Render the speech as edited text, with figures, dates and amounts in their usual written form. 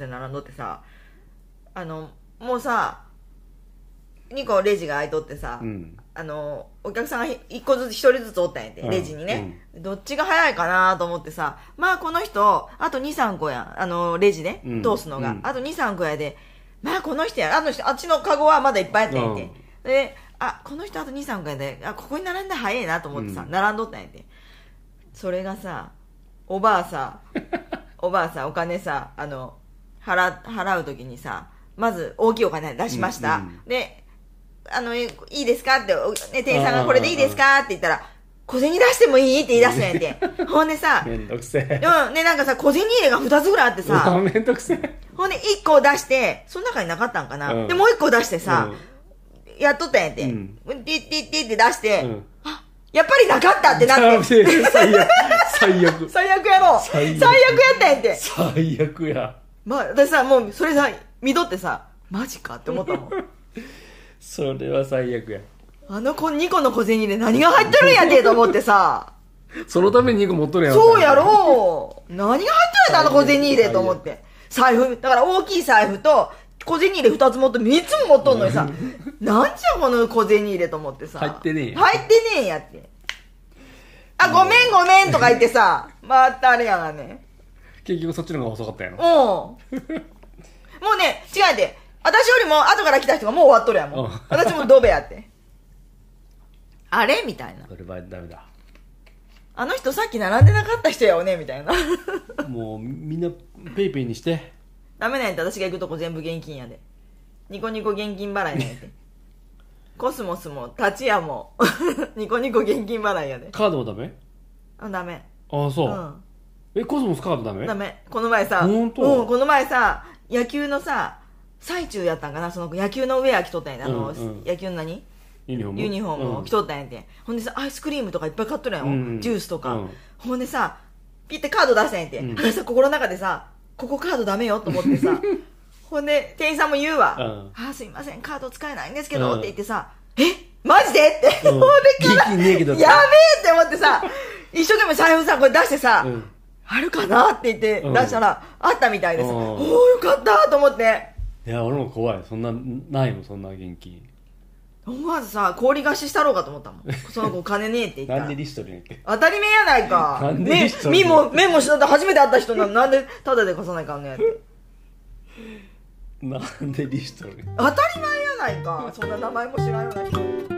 して並んどってさ、もうさ2個レジが開いとってさ、お客さんが1個ずつ1人ずつおったんやて、レジにね、どっちが早いかなと思ってさ、まあこの人あと 2,3 個やレジね、通すのが、あと 2,3 個やで、まあこの人や、あっちのカゴはまだいっぱいあったんやて、でこの人あと 2,3 個やで、ここに並んだら早いなと思ってさ、並んどったんやて。それがさ、おばあさお金さ払う時にさ、まず大きいお金出しました、でいいですかって、ね、店員さんがこれでいいですかって言ったら、小銭出してもいいって言い出すんやて。ほんでさ、 めんどくせえ。 ね、なんかさ、小銭入れが2つぐらいあってさ、 めんどくせえ。 ほんで1個出して、その中になかったんかな。で、もう1個出してさ、やっとったんやて。ティッティッティって出して、やっぱりなかったってなって。 最悪。 最悪やろ。最悪やったんやて。 最悪や。 まあ、私さ、もうそれさ、見とってさ、マジかって思ったもん。 それは最悪や。 2個の小銭で何が入ってるんやてと思ってさ。 そのために2個持っとるやん。 そうやろう。何が入ってるんだ小銭入れと思って。財布、だから大きい財布と小銭入れ2つ持って3つも持っとんのにさ、なんじゃこの小銭入れと思ってさ。 入ってねえや。 入ってねえやって。ごめんごめんとか言ってさ、回ったあれやがね。 結局そっちの方が遅かったやろ。 もうね、違うで。私よりも後から来た人がもう終わっとるやんもん。私もドベやって。あれみたいな。 それはダメだ。 あの人さっき並んでなかった人やよねみたいな。 もうみんなペイペイにして。 ダメなんやって、私が行くとこ全部現金やで。ニコニコ現金払いなんやって。コスモスもタチヤもニコニコ現金払いやで。 カードもダメ？ ダメ。 ああ、そう。コスモスカードダメ？ ダメ。この前さ、この前さ、野球のさ、最中やったんかな、その野球のウェア着とったんやで、野球の何？ユニフォームを着とったんやて。ほんでさ、アイスクリームとかいっぱい買っとるやん、ジュースとか。ほんでさ、ピッてカード出したんやて。私さ、心の中でさ、ここカードダメよと思ってさ、ほんで、店員さんも言うわ。すいません、カード使えないんですけど、って言ってさ、マジでって。ほんでから、やべえって思ってさ、一生懸命財布さ、これ出してさ、あるかなって言って出したら、あったみたいです。おー、よかったと思って。 いや、俺も怖い。そんな、ないもん、そんな現金。 思わずさ、氷菓子したろうかと思ったもん。その子金ねえって言ったら。 なんでリストにやっけ？ 当たり前やないか。 なんでリストにメモしとって初めて会った人なのなんでタダで貸さないかんねんって。 なんでリストに？ 当たり前やないか。そんな名前も知らんような人。